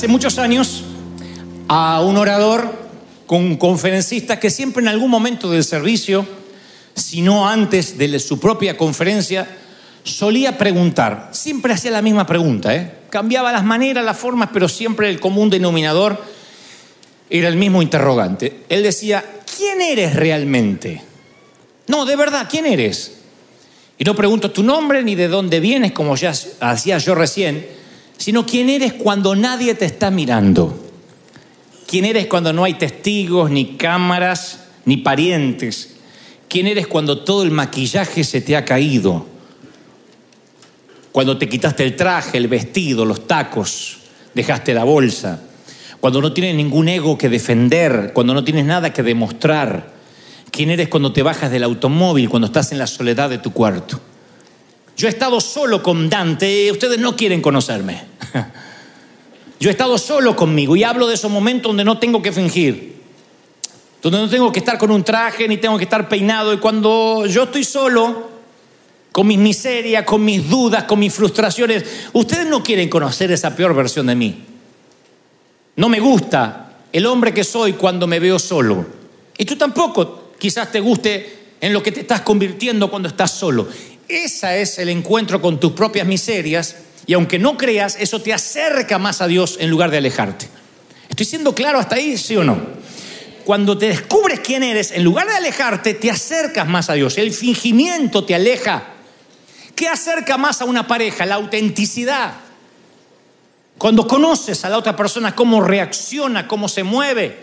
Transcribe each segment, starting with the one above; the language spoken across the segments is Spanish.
hace muchos años a un orador, un conferencista que siempre en algún momento del servicio, si no antes de su propia conferencia, solía preguntar. Siempre hacía la misma pregunta, Cambiaba las maneras, las formas, pero siempre el común denominador era el mismo interrogante. Él decía: ¿quién eres realmente? No, de verdad, ¿quién eres? Y no pregunto tu nombre ni de dónde vienes, como ya hacía yo recién, sino quién eres cuando nadie te está mirando. ¿Quién eres cuando no hay testigos, ni cámaras, ni parientes? ¿Quién eres cuando todo el maquillaje se te ha caído? Cuando te quitaste el traje, el vestido, los tacos, dejaste la bolsa. Cuando no tienes ningún ego que defender, cuando no tienes nada que demostrar. ¿Quién eres cuando te bajas del automóvil, cuando estás en la soledad de tu cuarto? Yo he estado solo con Dante, ustedes no quieren conocerme. Yo he estado solo conmigo y hablo de esos momentos donde no tengo que fingir, donde no tengo que estar con un traje ni tengo que estar peinado. Y cuando yo estoy solo, con mis miserias, con mis dudas, con mis frustraciones, ustedes no quieren conocer esa peor versión de mí. No me gusta el hombre que soy cuando me veo solo. Y tú tampoco quizás te guste en lo que te estás convirtiendo cuando estás solo. Ese es el encuentro con tus propias miserias. Y aunque no creas, eso te acerca más a Dios en lugar de alejarte. ¿Estoy siendo claro hasta ahí, sí o no? Cuando te descubres quién eres, en lugar de alejarte, te acercas más a Dios. El fingimiento te aleja. ¿Qué acerca más a una pareja? La autenticidad. Cuando conoces a la otra persona, cómo reacciona, cómo se mueve,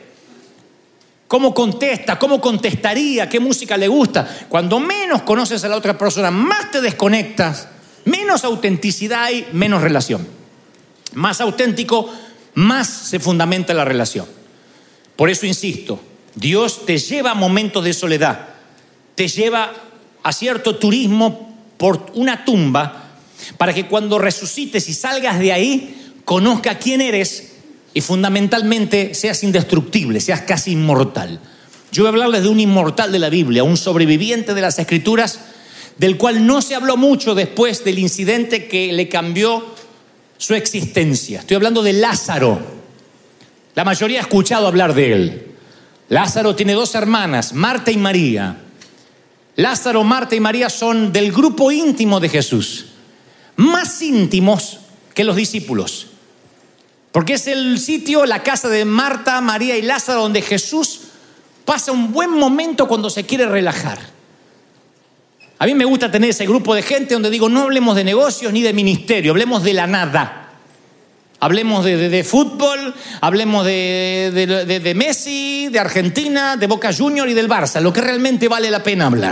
cómo contesta, cómo contestaría, qué música le gusta. Cuando menos conoces a la otra persona, más te desconectas. Menos autenticidad hay, menos relación. Más auténtico, más se fundamenta la relación. Por eso insisto, Dios te lleva a momentos de soledad, te lleva a cierto turismo por una tumba, para que cuando resucites y salgas de ahí, conozca quién eres y fundamentalmente seas indestructible, seas casi inmortal. Yo voy a hablarles de un inmortal de la Biblia, un sobreviviente de las Escrituras, del cual no se habló mucho después del incidente que le cambió su existencia. Estoy hablando de Lázaro. La mayoría ha escuchado hablar de él. Lázaro tiene dos hermanas, Marta y María. Lázaro, Marta y María son del grupo íntimo de Jesús, más íntimos que los discípulos, porque es el sitio, la casa de Marta, María y Lázaro, donde Jesús pasa un buen momento cuando se quiere relajar. A mí me gusta tener ese grupo de gente donde digo, no hablemos de negocios ni de ministerio, hablemos de la nada. Hablemos de fútbol, hablemos de Messi, de Argentina, de Boca Juniors y del Barça, lo que realmente vale la pena hablar.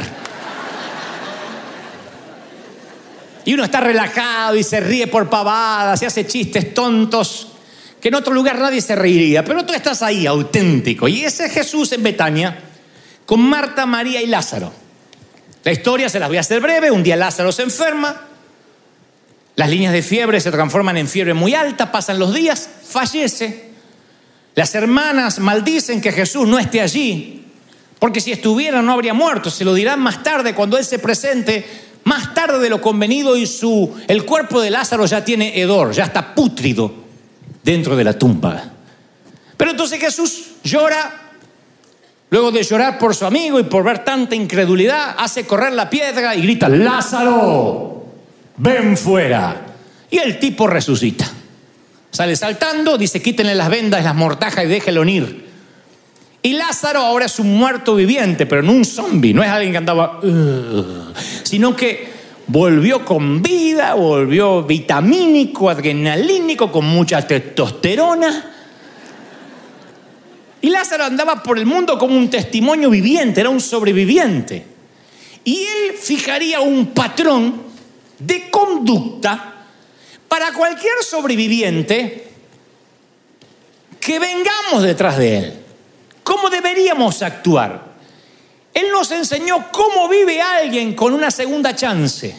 Y uno está relajado y se ríe por pavadas y hace chistes tontos que en otro lugar nadie se reiría, pero tú estás ahí auténtico. Y ese es Jesús en Betania con Marta, María y Lázaro. La historia se las voy a hacer breve. Un día Lázaro se enferma, las líneas de fiebre se transforman en fiebre muy alta, pasan los días, fallece. Las hermanas maldicen que Jesús no esté allí, porque si estuviera no habría muerto. Se lo dirán más tarde cuando Él se presente, más tarde de lo convenido, y el cuerpo de Lázaro ya tiene hedor, ya está pútrido dentro de la tumba. Pero entonces Jesús llora. Luego de llorar por su amigo y por ver tanta incredulidad, hace correr la piedra y grita: ¡Lázaro, ven fuera! Y el tipo resucita. Sale saltando, dice: quítenle las vendas, las mortajas y déjenlo ir. Y Lázaro ahora es un muerto viviente, pero no un zombie. No es alguien que andaba... sino que volvió con vida, volvió vitamínico, adrenalínico, con mucha testosterona. Y Lázaro andaba por el mundo como un testimonio viviente, era un sobreviviente. Y él fijaría un patrón de conducta para cualquier sobreviviente que vengamos detrás de él. ¿Cómo deberíamos actuar? Él nos enseñó cómo vive alguien con una segunda chance.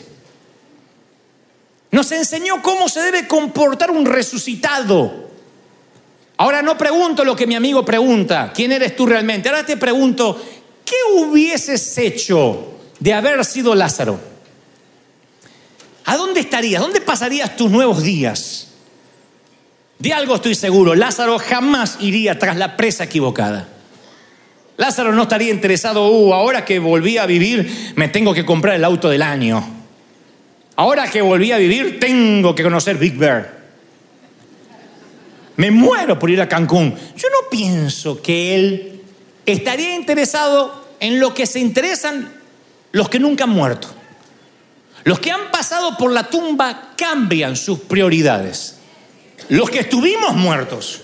Nos enseñó cómo se debe comportar un resucitado. Ahora no pregunto lo que mi amigo pregunta, ¿quién eres tú realmente? Ahora te pregunto, ¿qué hubieses hecho de haber sido Lázaro? ¿A dónde estarías? ¿Dónde pasarías tus nuevos días? De algo estoy seguro, Lázaro jamás iría tras la presa equivocada. Lázaro no estaría interesado, ahora que volví a vivir, me tengo que comprar el auto del año. Ahora que volví a vivir, tengo que conocer Big Bear. Me muero por ir a Cancún. Yo no pienso que él estaría interesado en lo que se interesan los que nunca han muerto. Los que han pasado por la tumba cambian sus prioridades. Los que estuvimos muertos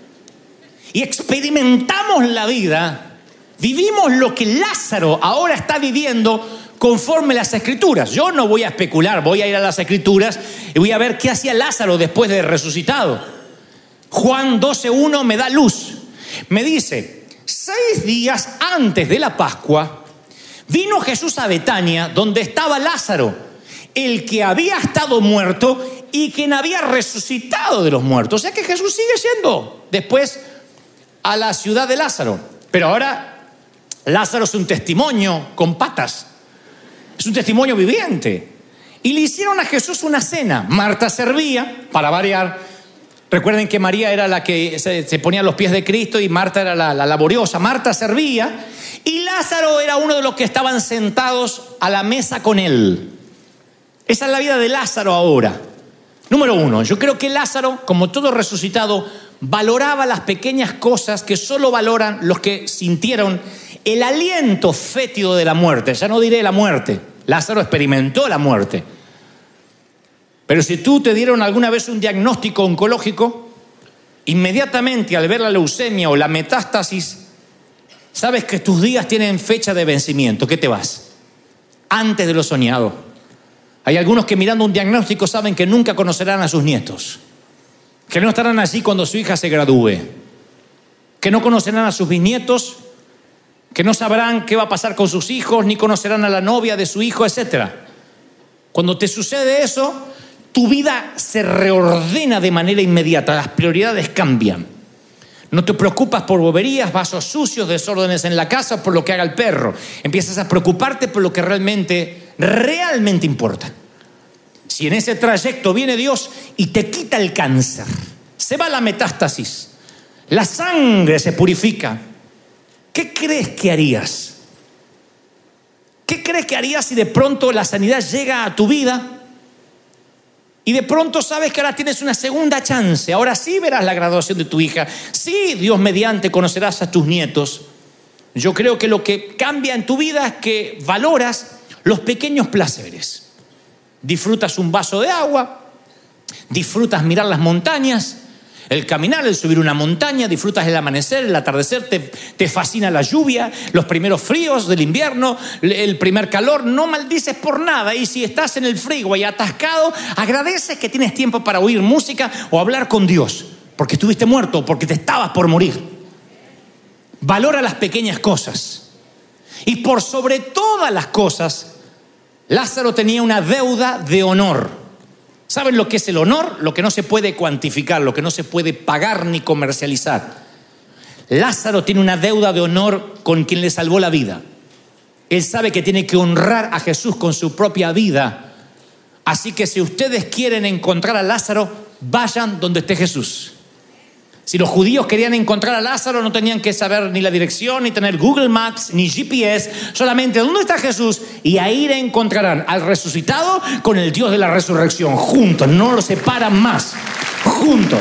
y experimentamos la vida, vivimos lo que Lázaro ahora está viviendo conforme las Escrituras. Yo no voy a especular, voy a ir a las Escrituras y voy a ver qué hacía Lázaro después de resucitado. Juan 12:1 me da luz. Me dice, 6 días antes de la Pascua, vino Jesús a Betania, donde estaba Lázaro, el que había estado muerto y quien había resucitado de los muertos. O sea que Jesús sigue yendo después a la ciudad de Lázaro. Pero ahora Lázaro es un testimonio con patas. Es un testimonio viviente. Y le hicieron a Jesús una cena. Marta servía, para variar. Recuerden que María era la que se ponía a los pies de Cristo y Marta era la laboriosa. Marta servía y Lázaro era uno de los que estaban sentados a la mesa con él. Esa es la vida de Lázaro ahora. Número 1, yo creo que Lázaro, como todo resucitado, valoraba las pequeñas cosas que solo valoran los que sintieron el aliento fétido de la muerte. Ya no diré la muerte. Lázaro experimentó la muerte. Pero si tú te dieron alguna vez un diagnóstico oncológico, inmediatamente al ver la leucemia o la metástasis, sabes que tus días tienen fecha de vencimiento. ¿Qué te vas? Antes de lo soñado. Hay algunos que mirando un diagnóstico saben que nunca conocerán a sus nietos, que no estarán allí cuando su hija se gradúe, que no conocerán a sus bisnietos, que no sabrán qué va a pasar con sus hijos, ni conocerán a la novia de su hijo, etc. Cuando te sucede eso, tu vida se reordena de manera inmediata, las prioridades cambian. No te preocupas por boberías, vasos sucios, desórdenes en la casa, por lo que haga el perro. Empiezas a preocuparte por lo que realmente importa. Si en ese trayecto viene Dios y te quita el cáncer, se va la metástasis, la sangre se purifica, ¿qué crees que harías? ¿Qué crees que harías si de pronto la sanidad llega a tu vida? Y de pronto sabes que ahora tienes una segunda chance. Ahora sí verás la graduación de tu hija. Sí, Dios mediante, conocerás a tus nietos. Yo creo que lo que cambia en tu vida es que valoras los pequeños placeres. Disfrutas un vaso de agua, disfrutas mirar las montañas, el caminar, el subir una montaña, disfrutas el amanecer, el atardecer, te fascina la lluvia, los primeros fríos del invierno, el primer calor, no maldices por nada. Y si estás en el freeway atascado, agradeces que tienes tiempo para oír música o hablar con Dios, porque estuviste muerto o porque te estabas por morir. Valora las pequeñas cosas. Y por sobre todas las cosas, Lázaro tenía una deuda de honor. ¿Saben lo que es el honor? Lo que no se puede cuantificar, lo que no se puede pagar ni comercializar. Lázaro tiene una deuda de honor con quien le salvó la vida. Él sabe que tiene que honrar a Jesús con su propia vida. Así que si ustedes quieren encontrar a Lázaro, vayan donde esté Jesús. Si los judíos querían encontrar a Lázaro, no tenían que saber ni la dirección, ni tener Google Maps, ni GPS, solamente ¿dónde está Jesús? Y ahí le encontrarán al resucitado con el Dios de la resurrección, juntos, no los separan más, juntos.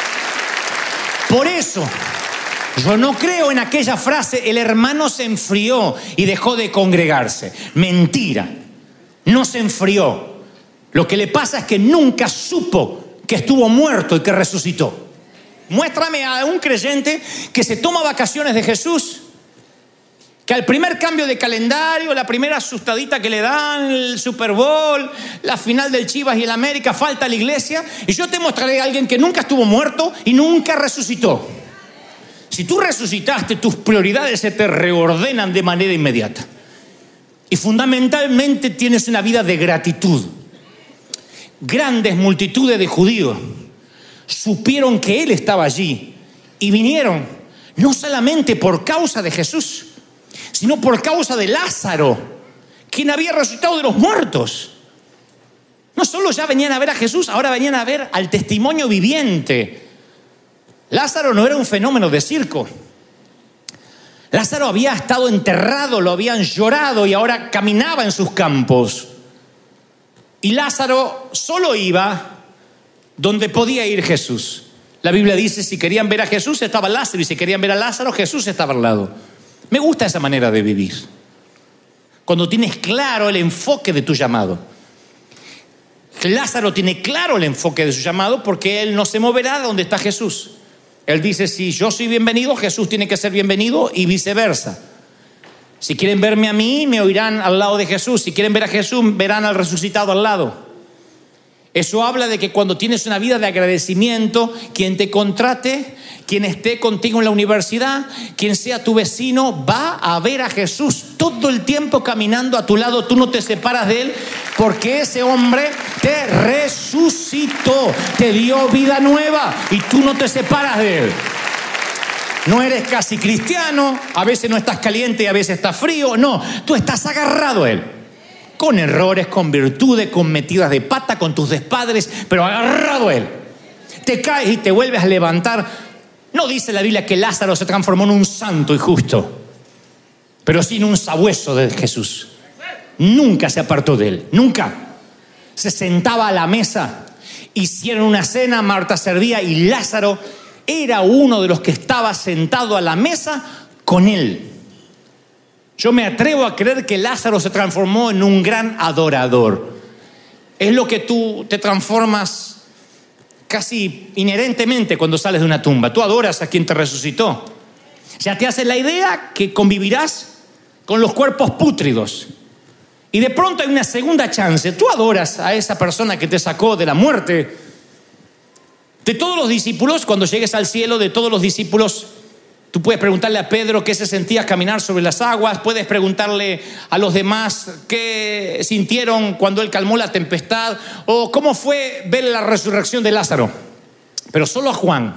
Por eso, yo no creo en aquella frase, el hermano se enfrió y dejó de congregarse. Mentira, no se enfrió. Lo que le pasa es que nunca supo que estuvo muerto y que resucitó. Muéstrame a un creyente que se toma vacaciones de Jesús, que al primer cambio de calendario, la primera asustadita que le dan, el Super Bowl, la final del Chivas y el América, falta a la iglesia, y yo te mostraré a alguien que nunca estuvo muerto y nunca resucitó. Si tú resucitaste, tus prioridades se te reordenan de manera inmediata. Y fundamentalmente tienes una vida de gratitud. Grandes multitudes de judíos supieron que Él estaba allí y vinieron no solamente por causa de Jesús, sino por causa de Lázaro, quien había resucitado de los muertos. No solo ya venían a ver a Jesús, ahora venían a ver al testimonio viviente Lázaro no era un fenómeno de circo. Lázaro había estado enterrado, lo habían llorado y ahora caminaba en sus campos. Y Lázaro solo iba donde podía ir Jesús. La Biblia dice, si querían ver a Jesús estaba Lázaro, y si querían ver a Lázaro, Jesús estaba al lado. Me gusta esa manera de vivir, cuando tienes claro el enfoque de tu llamado. Lázaro tiene claro el enfoque de su llamado porque él no se moverá de donde está Jesús. Él dice, si yo soy bienvenido, Jesús tiene que ser bienvenido y viceversa. Si quieren verme a mí, me oirán al lado de Jesús. Si quieren ver a Jesús, verán al resucitado al lado. Eso habla de que cuando tienes una vida de agradecimiento, quien te contrate, quien esté contigo en la universidad, quien sea tu vecino, va a ver a Jesús todo el tiempo caminando a tu lado. Tú no te separas de él porque ese hombre te resucitó, te dio vida nueva y tú no te separas de él. No eres casi cristiano, a veces no estás caliente y a veces estás frío. No, tú estás agarrado a él. Con errores, con virtudes, con metidas de pata, con tus despadres, pero agarrado a él. Te caes y te vuelves a levantar. No dice la Biblia que Lázaro se transformó en un santo y justo, pero sí en un sabueso de Jesús. Nunca se apartó de él, nunca. Se sentaba a la mesa, hicieron una cena, Marta servía y Lázaro era uno de los que estaba sentado a la mesa con él. Yo me atrevo a creer que Lázaro se transformó en un gran adorador. Es lo que tú te transformas casi inherentemente cuando sales de una tumba. Tú adoras a quien te resucitó. Ya te haces la idea que convivirás con los cuerpos pútridos. Y de pronto hay una segunda chance. Tú adoras a esa persona que te sacó de la muerte. De todos los discípulos, cuando llegues al cielo, de todos los discípulos, tú puedes preguntarle a Pedro qué se sentía caminar sobre las aguas. Puedes preguntarle a los demás qué sintieron cuando él calmó la tempestad. O cómo fue ver la resurrección de Lázaro. Pero solo a Juan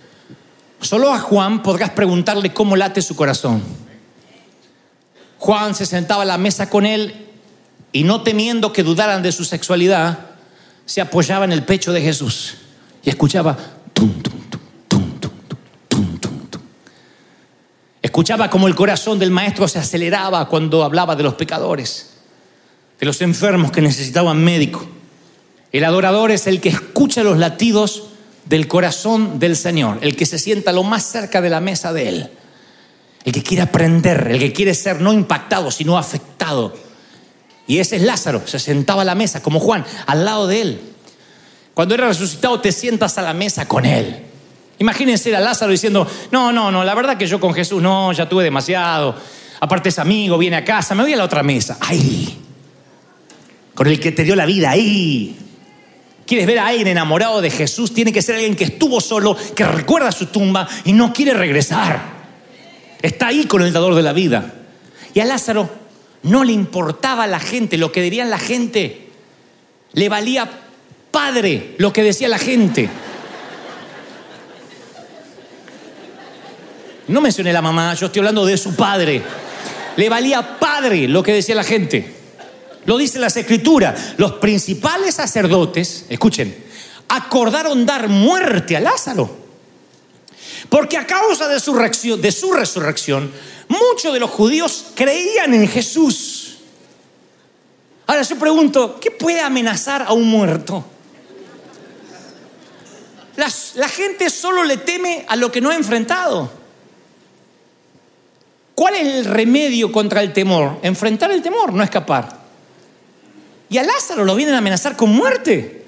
podrás preguntarle cómo late su corazón. Juan se sentaba a la mesa con él y no temiendo que dudaran de su sexualidad, se apoyaba en el pecho de Jesús y escuchaba tum, tum, tum, tum, tum, tum, tum, tum. Escuchaba como el corazón del maestro se aceleraba cuando hablaba de los pecadores, de los enfermos que necesitaban médico. El adorador es el que escucha los latidos del corazón del Señor, el que se sienta lo más cerca de la mesa de Él, el que quiere aprender, el que quiere ser no impactado, sino afectado. Y ese es Lázaro, se sentaba a la mesa como Juan, al lado de Él. Cuando era resucitado te sientas a la mesa con Él. Imagínense a Lázaro diciendo, no, la verdad que yo con Jesús no, ya tuve demasiado. Aparte es amigo, viene a casa, me voy a la otra mesa. Ahí, con el que te dio la vida, ahí. ¿Quieres ver a alguien enamorado de Jesús? Tiene que ser alguien que estuvo solo, que recuerda su tumba y no quiere regresar. Está ahí con el dador de la vida. Y a Lázaro no le importaba la gente, lo que dirían la gente. Le valía padre lo que decía la gente. No mencioné a la mamá, yo estoy hablando de su padre. Le valía padre lo que decía la gente. Lo dicen las Escrituras. Los principales sacerdotes, escuchen, acordaron dar muerte a Lázaro. Porque a causa de su resurrección, muchos de los judíos creían en Jesús. Ahora yo pregunto, ¿qué puede amenazar a un muerto? La gente solo le teme a lo que no ha enfrentado. ¿Cuál es el remedio contra el temor? Enfrentar el temor, no escapar. Y a Lázaro lo vienen a amenazar con muerte.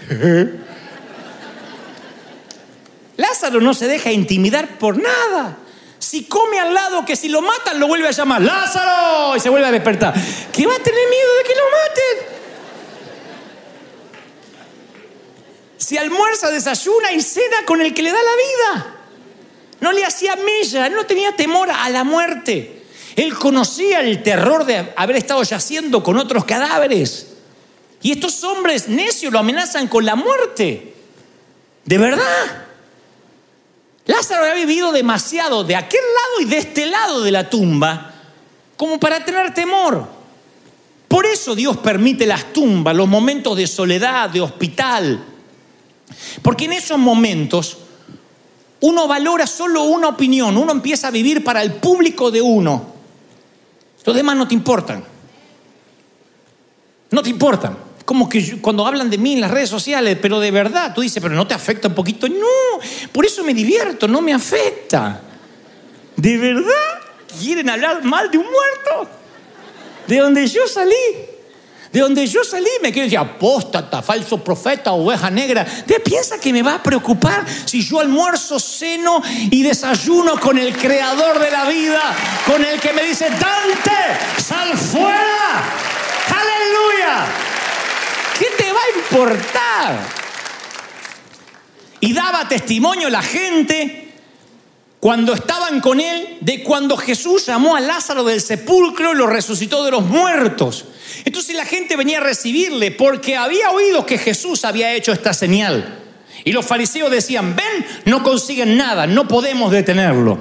Lázaro no se deja intimidar por nada. Si come al lado, que si lo matan lo vuelve a llamar ¡Lázaro! Y se vuelve a despertar. ¿Qué va a tener miedo de que lo maten? Si almuerza, desayuna y cena con el que le da la vida. No le hacía mella, él no tenía temor a la muerte. Él conocía el terror de haber estado yaciendo con otros cadáveres. Y estos hombres necios lo amenazan con la muerte. ¿De verdad? Lázaro había vivido demasiado de aquel lado y de este lado de la tumba como para tener temor. Por eso Dios permite las tumbas, los momentos de soledad, de hospital. Porque en esos momentos uno valora solo una opinión, uno empieza a vivir para el público de uno. Los demás no te importan. No te importan. Como que cuando hablan de mí en las redes sociales, pero de verdad, tú dices, pero ¿no te afecta un poquito? No, por eso me divierto, no me afecta. ¿De verdad quieren hablar mal de un muerto? De donde yo salí. De donde yo salí me quieren decir apóstata, falso profeta, oveja negra. ¿Te piensa que me va a preocupar si yo almuerzo, ceno y desayuno con el creador de la vida, con el que me dice, Dante, sal fuera? ¡Aleluya! ¿Qué te va a importar? Y daba testimonio la gente cuando estaban con él de cuando Jesús llamó a Lázaro del sepulcro y lo resucitó de los muertos. Entonces la gente venía a recibirle porque había oído que Jesús había hecho esta señal. Y los fariseos decían, ven, no consiguen nada, no podemos detenerlo.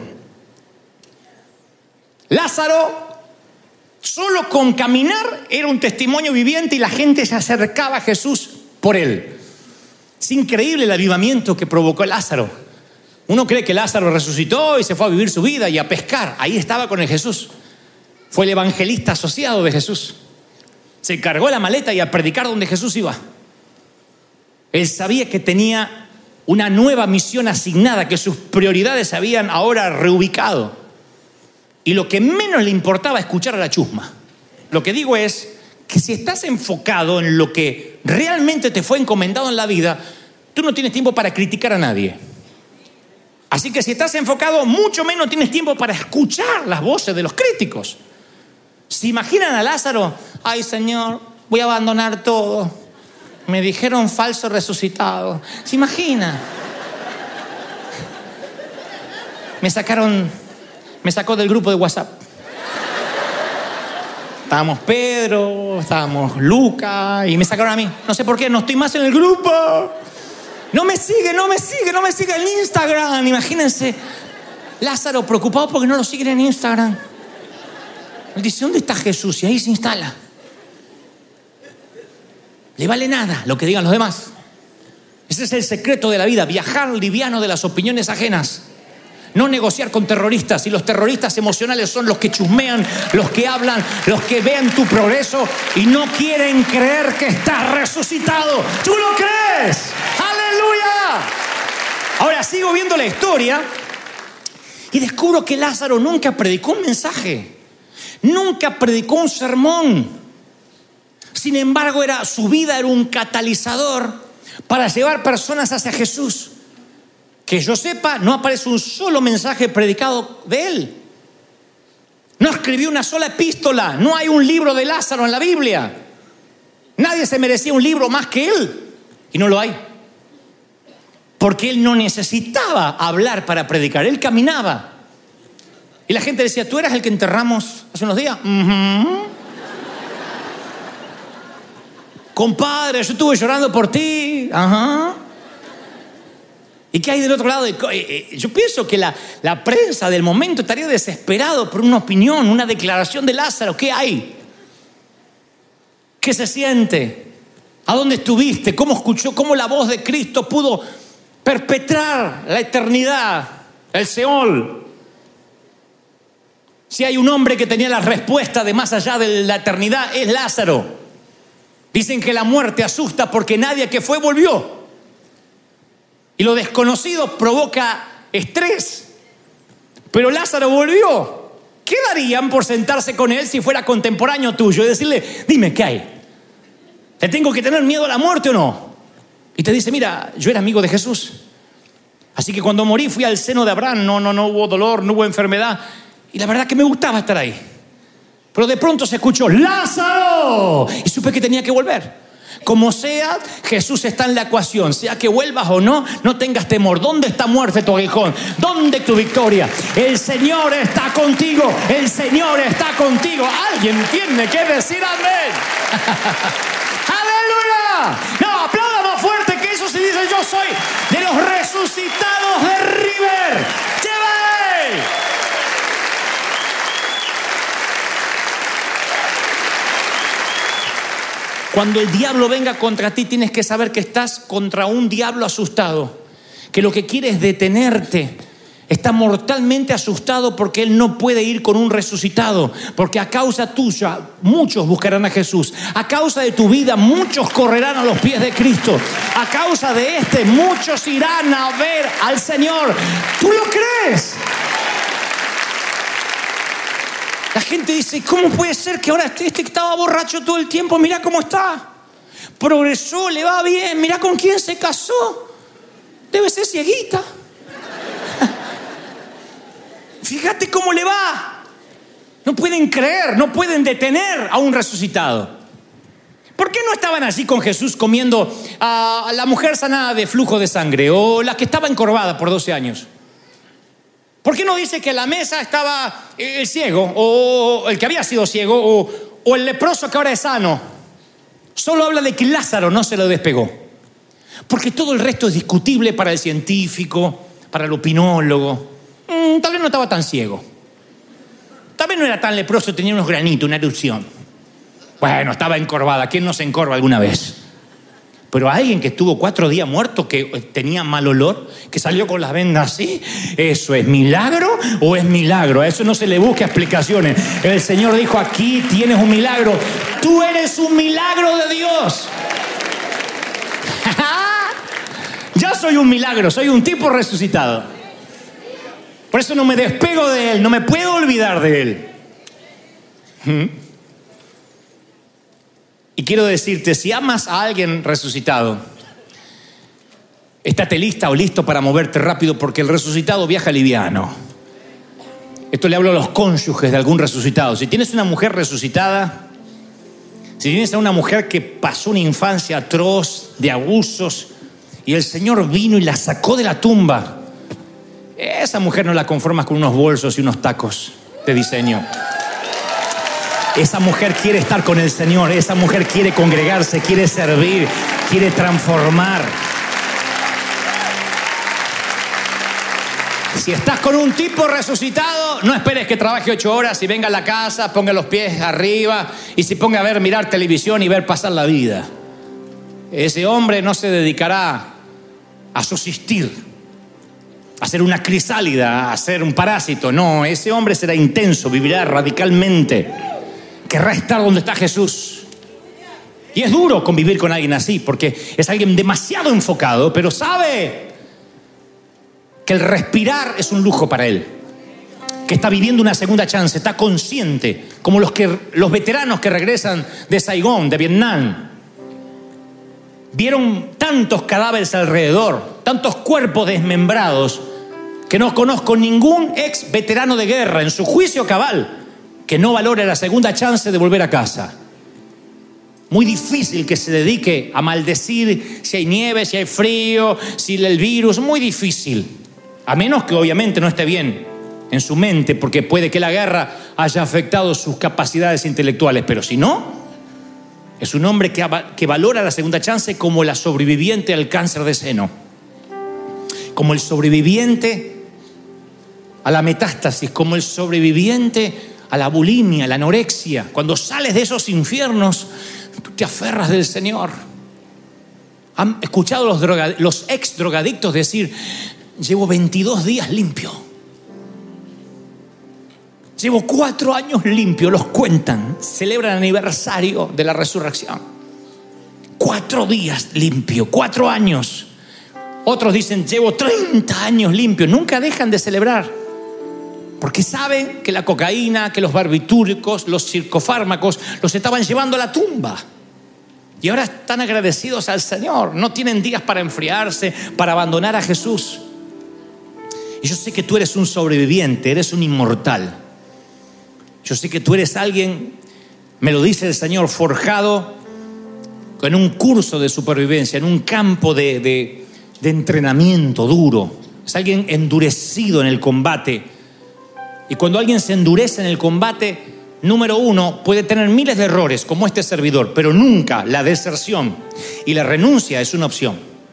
Lázaro, solo con caminar, era un testimonio viviente y la gente se acercaba a Jesús por él. Es increíble el avivamiento que provocó Lázaro. Uno cree que Lázaro resucitó y se fue a vivir su vida y a pescar. Ahí estaba con el Jesús. Fue el evangelista asociado de Jesús. Se cargó la maleta y a predicar donde Jesús iba. Él sabía que tenía una nueva misión asignada, que sus prioridades se habían ahora reubicado. Y lo que menos le importaba escuchar a la chusma. Lo que digo es que si estás enfocado en lo que realmente te fue encomendado en la vida, tú no tienes tiempo para criticar a nadie. Así que si estás enfocado, mucho menos tienes tiempo para escuchar las voces de los críticos. ¿Se imaginan a Lázaro? Ay, Señor, voy a abandonar todo. Me dijeron falso resucitado. ¿Se imagina? Me sacó del grupo de WhatsApp. Estábamos Pedro, estábamos Luca y me sacaron a mí. No sé por qué, no estoy más en el grupo. No me sigue en Instagram. Imagínense, Lázaro preocupado porque no lo siguen en Instagram. Él dice, ¿dónde está Jesús? Y ahí se instala. Le vale nada lo que digan los demás. Ese es el secreto de la vida, viajar liviano de las opiniones ajenas. No negociar con terroristas. Y los terroristas emocionales son los que chusmean, los que hablan, los que ven tu progreso y no quieren creer que estás resucitado. ¿Tú lo crees? ¡Aleluya! Ahora sigo viendo la historia y descubro que Lázaro nunca predicó un mensaje. Nunca predicó un sermón. Sin embargo, su vida era un catalizador para llevar personas hacia Jesús. Que yo sepa, no aparece un solo mensaje predicado de él. No escribió una sola epístola. No hay un libro de Lázaro en la Biblia. Nadie se merecía un libro más que él. Y no lo hay. Porque él no necesitaba hablar para predicar. Él caminaba. Y la gente decía, ¿tú eras el que enterramos hace unos días? Compadre, yo estuve llorando por ti. Ajá. ¿Y qué hay del otro lado? Yo pienso que la prensa del momento estaría desesperado por una opinión, una declaración de Lázaro. ¿Qué hay? ¿Qué se siente? ¿A dónde estuviste? ¿Cómo escuchó? ¿Cómo la voz de Cristo pudo perpetrar la eternidad, el Seol? Si hay un hombre que tenía la respuesta de más allá de la eternidad, es Lázaro. Dicen que la muerte asusta porque nadie que fue volvió. Y lo desconocido provoca estrés. Pero Lázaro volvió. ¿Qué darían por sentarse con él si fuera contemporáneo tuyo y decirle, dime, ¿qué hay? ¿Te tengo que tener miedo a la muerte o no? Y te dice, mira, yo era amigo de Jesús. Así que cuando morí fui al seno de Abraham. No hubo dolor, no hubo enfermedad. Y la verdad que me gustaba estar ahí. Pero de pronto se escuchó, ¡Lázaro! Y supe que tenía que volver. Como sea, Jesús está en la ecuación. Sea que vuelvas o no, no tengas temor. ¿Dónde está muerte tu aguijón? ¿Dónde tu victoria? El Señor está contigo. El Señor está contigo. Alguien tiene que decir amén. ¡Aleluya! No, aplauda más fuerte que eso si dice yo soy de los resucitados de River. ¡Lleve! Cuando el diablo venga contra ti, tienes que saber que estás contra un diablo asustado, que lo que quiere es detenerte. Está mortalmente asustado porque él no puede ir con un resucitado, porque a causa tuya muchos buscarán a Jesús. A causa de tu vida muchos correrán a los pies de Cristo. A causa de muchos irán a ver al Señor. ¿Tú lo crees? La gente dice, ¿cómo puede ser que ahora este que estaba borracho todo el tiempo, mira cómo está? Progresó, le va bien, mira con quién se casó. Debe ser cieguita. Fíjate cómo le va. No pueden creer, no pueden detener a un resucitado. ¿Por qué no estaban allí con Jesús comiendo a la mujer sanada de flujo de sangre o la que estaba encorvada por 12 años? ¿Por qué no dice que a la mesa estaba el ciego o el que había sido ciego o el leproso que ahora es sano? Solo habla de que Lázaro no se lo despegó. Porque todo el resto es discutible para el científico, para el opinólogo. Tal vez no estaba tan ciego. Tal vez no era tan leproso, tenía unos granitos, una erupción. Bueno, estaba encorvada. ¿Quién no se encorva alguna vez? Pero a alguien que estuvo 4 días muerto, que tenía mal olor, que salió con las vendas así, ¿eso es milagro o es milagro? A eso no se le busca explicaciones. El Señor dijo, aquí tienes un milagro. Tú eres un milagro de Dios. Ya soy un milagro, soy un tipo resucitado. Por eso no me despego de Él, no me puedo olvidar de Él. Y quiero decirte, si amas a alguien resucitado, estate lista o listo para moverte rápido porque el resucitado viaja liviano. Esto le hablo a los cónyuges de algún resucitado. Si tienes una mujer resucitada, si tienes a una mujer que pasó una infancia atroz de abusos y el Señor vino y la sacó de la tumba, esa mujer no la conformas con unos bolsos y unos tacos de diseño. Esa mujer quiere estar con el Señor. Esa mujer quiere congregarse, quiere servir, quiere transformar. Si estás con un tipo resucitado, no esperes que trabaje 8 horas y venga a la casa, ponga los pies arriba y se ponga a mirar televisión y ver pasar la vida. Ese hombre no se dedicará a subsistir, a ser una crisálida, a ser un parásito. No, ese hombre será intenso, vivirá radicalmente. Querrá estar donde está Jesús. Y es duro convivir con alguien así, porque es alguien demasiado enfocado, pero sabe que el respirar es un lujo para él. Que está viviendo una segunda chance, está consciente, como los veteranos que regresan de Saigón, de Vietnam. Vieron tantos cadáveres alrededor, tantos cuerpos desmembrados, que no conozco ningún ex veterano de guerra en su juicio cabal que no valore la segunda chance de volver a casa. Muy difícil que se dedique a maldecir si hay nieve, si hay frío, si el virus, muy difícil. A menos que obviamente no esté bien en su mente, porque puede que la guerra haya afectado sus capacidades intelectuales, pero si no, es un hombre que valora la segunda chance como la sobreviviente al cáncer de seno, como el sobreviviente a la metástasis, como el sobreviviente a la bulimia, a la anorexia. Cuando sales de esos infiernos, tú te aferras del Señor. ¿Han escuchado los ex drogadictos decir, llevo 22 días limpio? Llevo 4 años limpio, los cuentan. Celebran el aniversario de la resurrección. 4 días limpio, 4 años. Otros dicen, llevo 30 años limpio. Nunca dejan de celebrar. Porque saben que la cocaína, que los barbitúricos, los psicofármacos los estaban llevando a la tumba. Y ahora están agradecidos al Señor. No tienen días para enfriarse, para abandonar a Jesús. Y yo sé que tú eres un sobreviviente, eres un inmortal. Yo sé que tú eres alguien, me lo dice el Señor, forjado en un curso de supervivencia, en un campo de entrenamiento duro. Es alguien endurecido en el combate. Y cuando alguien se endurece en el combate, número 1, puede tener miles de errores, como este servidor, pero nunca la deserción y la renuncia es una opción.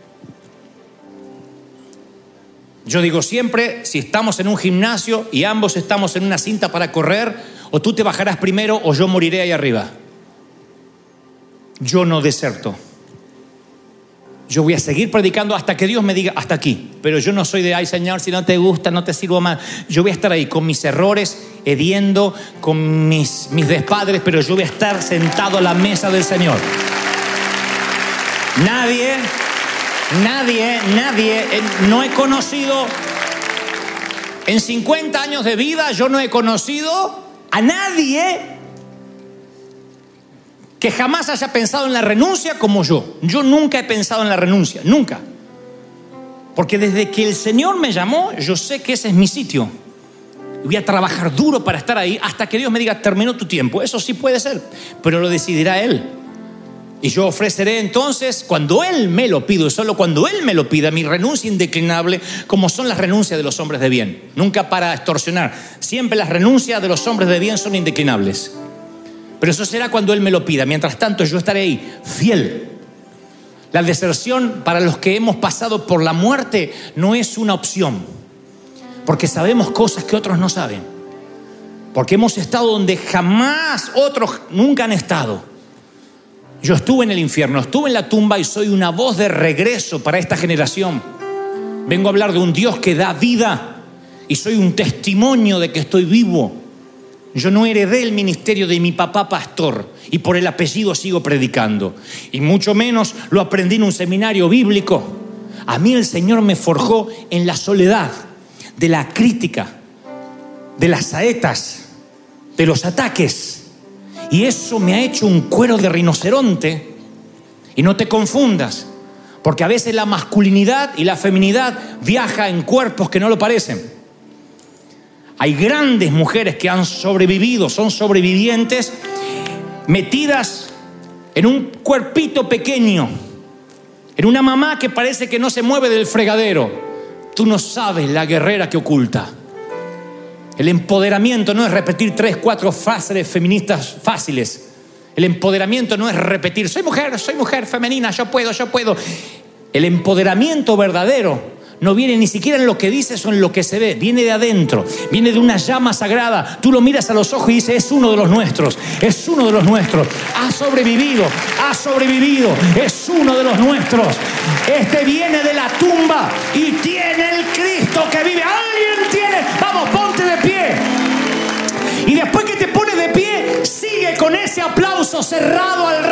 Yo digo siempre, si estamos en un gimnasio y ambos estamos en una cinta para correr, o tú te bajarás primero o yo moriré ahí arriba. Yo no deserto. Yo voy a seguir predicando hasta que Dios me diga hasta aquí. Pero yo no soy de, ay Señor, si no te gusta, no te sirvo más. Yo voy a estar ahí con mis errores, hediendo, con mis despadres, pero yo voy a estar sentado a la mesa del Señor. Nadie, no he conocido, en 50 años de vida, yo no he conocido a nadie que jamás haya pensado en la renuncia como yo. Yo nunca he pensado en la renuncia, nunca. Porque desde que el Señor me llamó, yo sé que ese es mi sitio. Voy a trabajar duro para estar ahí hasta que Dios me diga, terminó tu tiempo. Eso sí puede ser, pero lo decidirá Él. Y yo ofreceré entonces, cuando Él me lo pida, y solo cuando Él me lo pida, mi renuncia indeclinable, como son las renuncias de los hombres de bien. Nunca para extorsionar. Siempre las renuncias de los hombres de bien son indeclinables. Pero eso será cuando Él me lo pida. Mientras tanto, yo estaré ahí, fiel. La deserción para los que hemos pasado por la muerte no es una opción. Porque sabemos cosas que otros no saben. Porque hemos estado donde jamás otros nunca han estado. Yo estuve en el infierno, estuve en la tumba y soy una voz de regreso para esta generación. Vengo a hablar de un Dios que da vida y soy un testimonio de que estoy vivo. Yo no heredé el ministerio de mi papá pastor y por el apellido sigo predicando. Y mucho menos lo aprendí en un seminario bíblico. A mí el Señor me forjó en la soledad, de la crítica, de las saetas, de los ataques. Y eso me ha hecho un cuero de rinoceronte. Y no te confundas, porque a veces la masculinidad y la feminidad viaja en cuerpos que no lo parecen. Hay grandes mujeres que han sobrevivido, son sobrevivientes, metidas en un cuerpito pequeño, en una mamá que parece que no se mueve del fregadero. Tú no sabes la guerrera que oculta. El empoderamiento no es repetir 3, 4 frases feministas fáciles. El empoderamiento no es repetir, soy mujer femenina, yo puedo. El empoderamiento verdadero no viene ni siquiera en lo que dices o en lo que se ve, viene de adentro, viene de una llama sagrada. Tú lo miras a los ojos y dices, es uno de los nuestros, ha sobrevivido, es uno de los nuestros. Este viene de la tumba y tiene el Cristo que vive. Alguien tiene, vamos, ponte de pie. Y después que te pones de pie, sigue con ese aplauso cerrado al